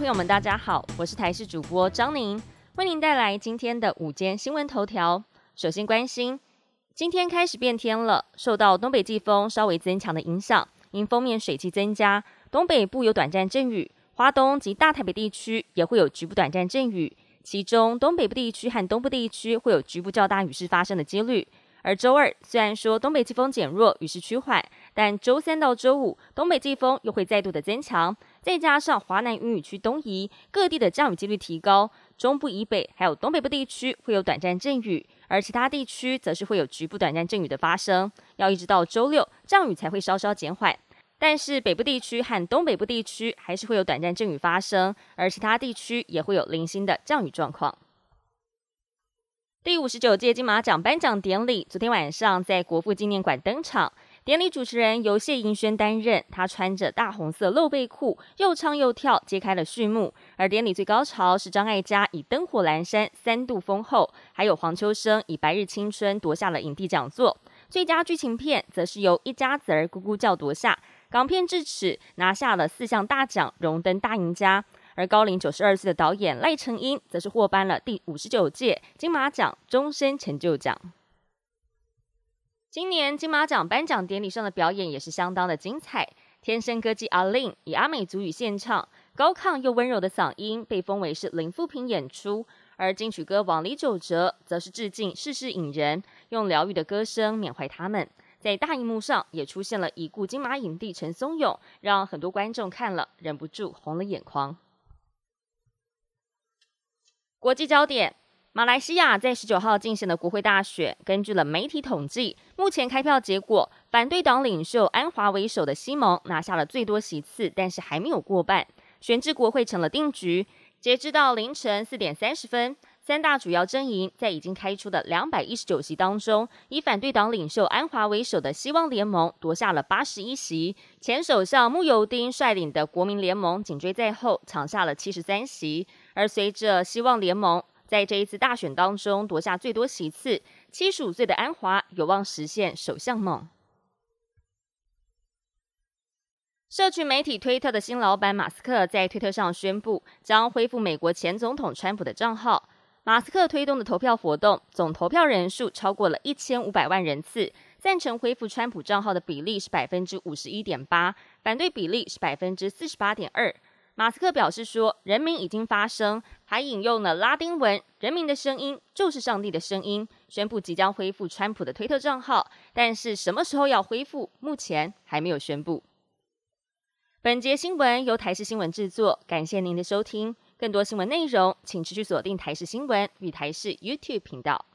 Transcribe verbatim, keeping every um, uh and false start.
友们，大家好，我是台视主播张宁，为您带来今天的午间新闻头条。首先关心，今天开始变天了，受到东北季风稍微增强的影响，因锋面水汽增加，东北部有短暂阵雨，花东及大台北地区也会有局部短暂阵雨，其中东北部地区和东部地区会有局部较大雨势发生的几率。而周二虽然说东北季风减弱，雨势趋缓，但周三到周五东北季风又会再度的增强，再加上华南云雨区东移，各地的降雨几率提高，中部以北还有东北部地区会有短暂阵雨，而其他地区则是会有局部短暂阵雨的发生，要一直到周六降雨才会稍稍减缓。但是北部地区和东北部地区还是会有短暂阵雨发生，而其他地区也会有零星的降雨状况。第五十九届金马奖颁奖典礼昨天晚上在国父纪念馆登场，典礼主持人由谢盈萱担任，她穿着大红色露背裤，又唱又跳，揭开了序幕。而典礼最高潮是张艾嘉以灯火阑珊三度封后，还有黄秋生以白日青春夺下了影帝讲座。最佳剧情片则是由一家子儿咕咕叫夺下，港片智齿拿下了四项大奖，荣登大赢家。而高龄九十二岁的导演赖成英则是获颁了第五十九届金马奖终身成就奖。今年金马奖颁奖典礼上的表演也是相当的精彩，天生歌姬阿令以阿美族语献唱，高亢又温柔的嗓音被封为是林富平演出，而金曲歌王李玖哲则是致敬逝世影人，用疗愈的歌声缅怀他们。在大荧幕上也出现了已故金马影帝陈松勇，让很多观众看了忍不住红了眼眶。国际焦点，马来西亚在十九号进行的国会大选，根据了媒体统计，目前开票结果，反对党领袖安华为首的西蒙拿下了最多席次，但是还没有过半，选制国会成了定局。截至到凌晨四点三十分，三大主要阵营在已经开出的两百一十九席当中，以反对党领袖安华为首的希望联盟夺下了八十一席，前首相慕尤丁率领的国民联盟紧追在后，抢下了七十三席。而随着希望联盟在这一次大选当中夺下最多席次，七十五岁的安华有望实现首相梦。社群媒体推特的新老板马斯克在推特上宣布，将恢复美国前总统川普的账号。马斯克推动的投票活动，总投票人数超过了一千五百万人次，赞成恢复川普账号的比例是百分之五十一点八，反对比例是百分之四十八点二。马斯克表示说，人民已经发声，还引用了拉丁文“人民的声音就是上帝的声音”，宣布即将恢复川普的推特账号，但是什么时候要恢复，目前还没有宣布。本节新闻由台视新闻制作，感谢您的收听。更多新闻内容，请持续锁定台视新闻与台视 YouTube 频道。